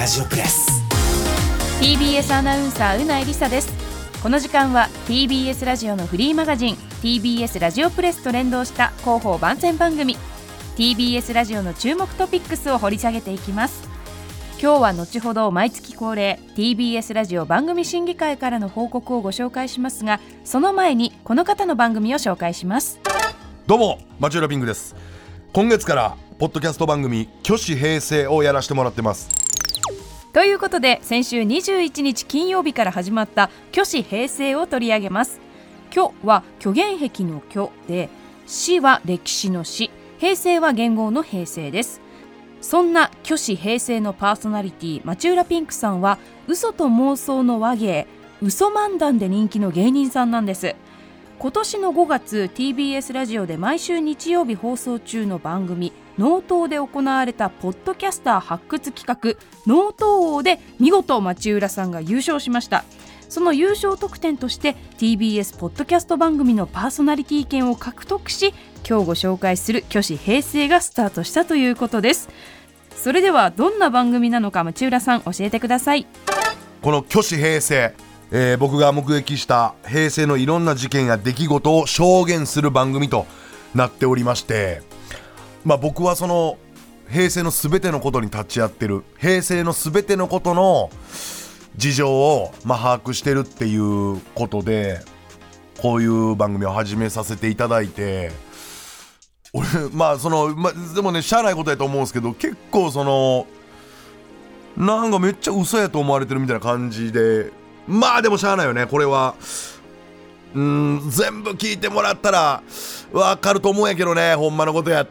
ラジオプレス TBS アナウンサーうないりさです。この時間は TBS ラジオのフリーマガジン TBS ラジオプレスと連動した広報番宣番組 TBS ラジオの注目トピックスを掘り下げていきます。今日は後ほど毎月恒例 TBS ラジオ番組審議会からの報告をご紹介しますが、その前にこの方の番組を紹介します。 どうも町浦ピンクです。今月からポッドキャスト番組虚子平成をやらせてもらってます。 ということで先週21日金曜日から始まった虚子平成を取り上げます。虚は虚言癖の虚で、史は歴史の史、平成は元号の平成です。そんな虚子平成のパーソナリティ町浦ピンクさんは嘘と妄想の話芸、嘘漫談で人気の芸人さんなんです。今年の5月 TBS ラジオで毎週日曜日放送中の番組ノートで行われたポッドキャスター発掘企画ノート王で見事町浦さんが優勝しました。その優勝特典として TBS ポッドキャスト番組のパーソナリティ権を獲得し、今日ご紹介する虚子平成がスタートしたということです。それではどんな番組なのか町浦さん教えてください。 この虚子平成、僕が目撃した平成のいろんな事件や出来事を証言する番組となっておりまして、僕はその平成のすべてのことに立ち会ってる、平成のすべてのことの事情を把握してるっていうことでこういう番組を始めさせていただいて、俺でもねしゃあないことやと思うんですけど、結構なんかめっちゃ嘘やと思われてるみたいな感じで、でもしゃあないよね。これは全部聞いてもらったら分かると思うんやけどね、ほんまのことやって。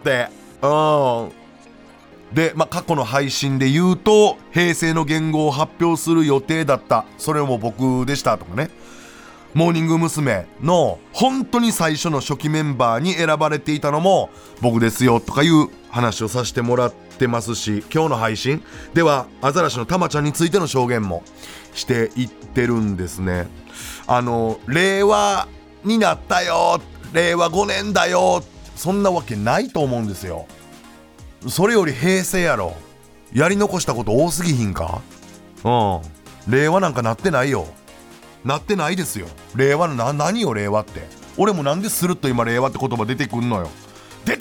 で、過去の配信で言うと平成の元号を発表する予定だった、それも僕でしたとかね、モーニング娘。の本当に最初の初期メンバーに選ばれていたのも僕ですよとかいう話をさせてもらってますし、今日の配信ではアザラシのたまちゃんについての証言もしていってるんですね。令和になったよ、令和5年だよ、そんなわけないと思うんですよ。それより平成やろ、やり残したこと多すぎひんか。令和なんかなってないよ、なってないですよ。令和の何よ令和って。俺もなんでするっと今令和って言葉出てくんのよと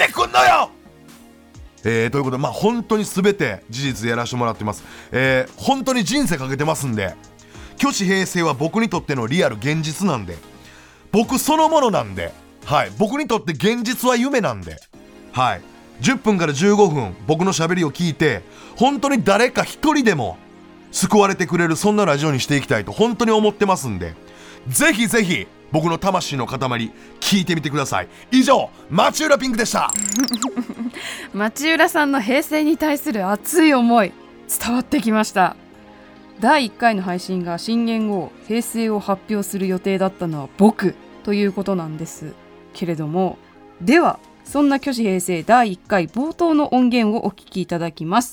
いうことで本当に全て事実でやらせてもらってます。本当に人生かけてますんで、虚子平成は僕にとってのリアル現実なんで、僕そのものなんで、僕にとって現実は夢なんで、10分から15分僕の喋りを聞いて本当に誰か一人でも救われてくれる、そんなラジオにしていきたいと本当に思ってますんで、ぜひぜひ僕の魂の塊聞いてみてください。以上、町浦ピンクでした。 町浦さんの平成に対する熱い思い伝わってきました。第1回の配信が新元号平成を発表する予定だったのは僕ということなんですけれども、ではそんな虚子平成第1回冒頭の音源をお聞きいただきます。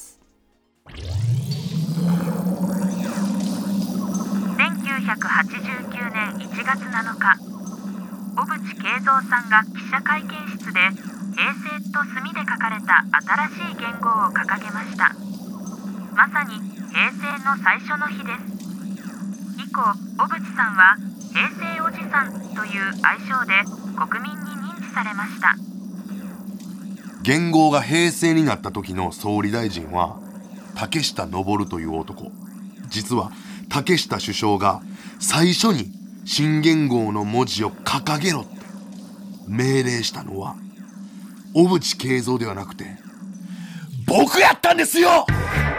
1989年1月7日、小渕恵三さんが記者会見室で平成と墨で書かれた新しい元号を掲げました。まさに平成の最初の日です。以降、小渕さんは平成おじさんという愛称で国民に認知されました。 元号が平成になった時の総理大臣は竹下登という男。実は竹下首相が最初に新元号の文字を掲げろって命令したのは小渕恵三ではなくて僕やったんですよ。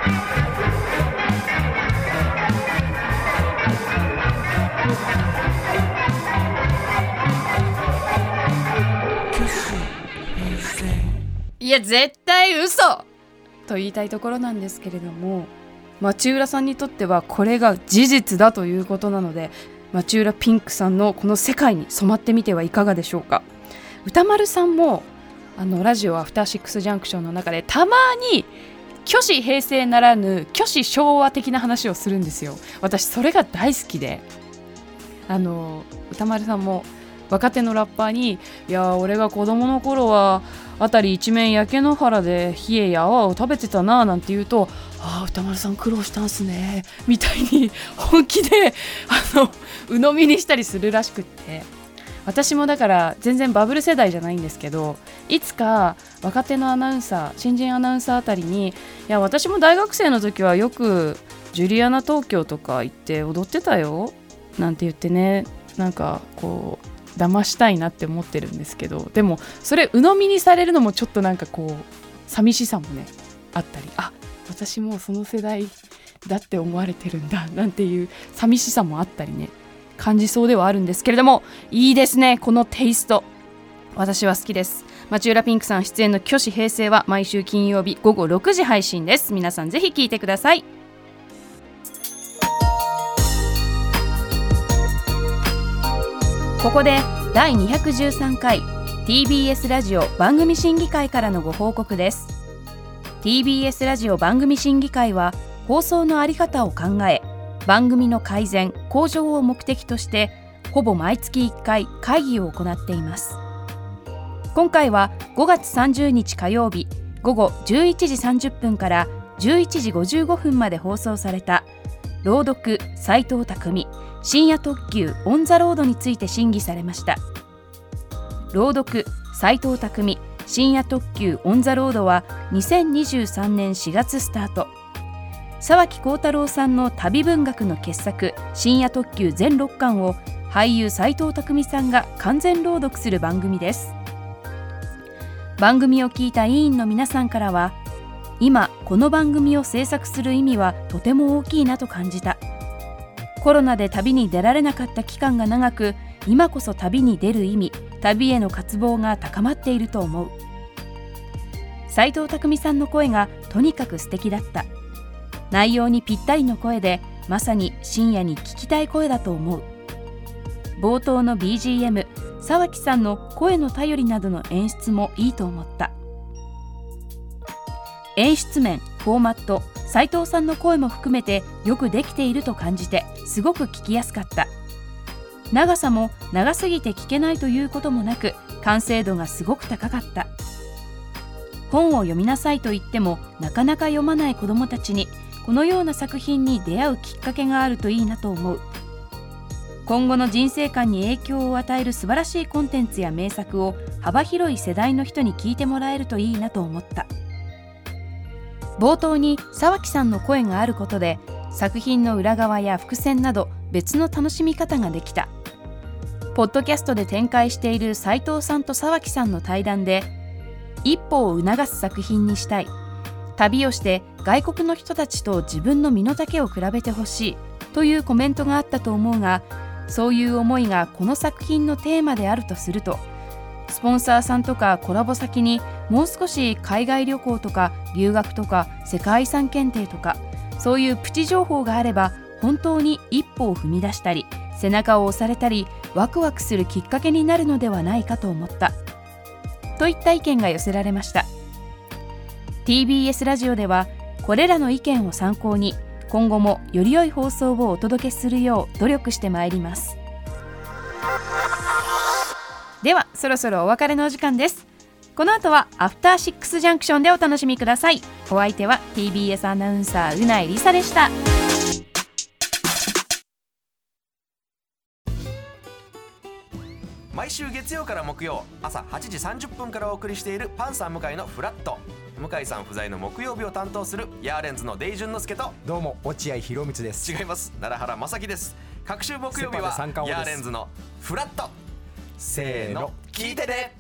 いや絶対嘘と言いたいところなんですけれども、町浦さんにとってはこれが事実だということなので、町浦ピンクさんのこの世界に染まってみてはいかがでしょうか。歌丸さんもラジオアフターシックスジャンクションの中でたまに虚子平成ならぬ虚子昭和的な話をするんですよ。私それが大好きで、歌丸さんも若手のラッパーに、いや俺が子供の頃は辺り一面焼け野原で冷えや泡を食べてたななんて言うと、歌丸さん苦労したんすねみたいに本気で鵜呑みにしたりするらしくって、私もだから全然バブル世代じゃないんですけど、いつか若手のアナウンサー、新人アナウンサーあたりに、いや私も大学生の時はよくジュリアナ東京とか行って踊ってたよなんて言ってね、なんかこう騙したいなって思ってるんですけど、でもそれ鵜呑みにされるのもちょっとなんかこう寂しさもねあったり、私もその世代だって思われてるんだなんていう寂しさもあったりね、感じそうではあるんですけれども、いいですねこのテイスト、私は好きです。町浦ピンクさん出演の虚子平成は毎週金曜日午後6時配信です。皆さんぜひ聞いてください。ここで第213回 TBS ラジオ番組審議会からのご報告です。 TBS ラジオ番組審議会は放送の在り方を考え、番組の改善・向上を目的としてほぼ毎月1回会議を行っています。今回は5月30日火曜日午後11時30分から11時55分まで放送された朗読斉藤匠深夜特急オンザロードについて審議されました。朗読斉藤匠深夜特急オンザロードは2023年4月スタート。沢木耕太郎さんの旅文学の傑作深夜特急全6巻を俳優斉藤匠さんが完全朗読する番組です。番組を聞いた委員の皆さんからは、今この番組を制作する意味はとても大きいなと感じた。コロナで旅に出られなかった期間が長く、今こそ旅に出る意味、旅への渇望が高まっていると思う。斉藤匠さんの声がとにかく素敵だった。内容にぴったりの声で、まさに深夜に聞きたい声だと思う。冒頭の BGM、沢木さんの声の頼りなどの演出もいいと思った。演出面、フォーマット、斉藤さんの声も含めてよくできていると感じて、すごく聞きやすかった。長さも長すぎて聞けないということもなく、完成度がすごく高かった。本を読みなさいと言ってもなかなか読まない子どもたちに、このような作品に出会うきっかけがあるといいなと思う。今後の人生観に影響を与える素晴らしいコンテンツや名作を幅広い世代の人に聞いてもらえるといいなと思った。冒頭に沢木さんの声があることで、作品の裏側や伏線など別の楽しみ方ができた。ポッドキャストで展開している斉藤さんと沢木さんの対談で、一歩を促す作品にしたい、旅をして外国の人たちと自分の身の丈を比べてほしいというコメントがあったと思うが、そういう思いがこの作品のテーマであるとすると、スポンサーさんとかコラボ先にもう少し海外旅行とか留学とか世界遺産検定とか、そういうプチ情報があれば本当に一歩を踏み出したり、背中を押されたりワクワクするきっかけになるのではないかと思ったといった意見が寄せられました。 TBS ラジオではこれらの意見を参考に、今後もより良い放送をお届けするよう努力してまいります。ではそろそろお別れのお時間です。この後はアフターシックスジャンクションでお楽しみください。お相手は TBS アナウンサーうないりさでした。 毎週月曜から木曜朝8時30分からお送りしているパンサー向井のフラット。向井さん不在の木曜日を担当するヤーレンズのデイジュンの之介と、 どうも落合博満です。 違います、奈良原正樹です。各週木曜日はヤーレンズのフラット。せーの聞いてね。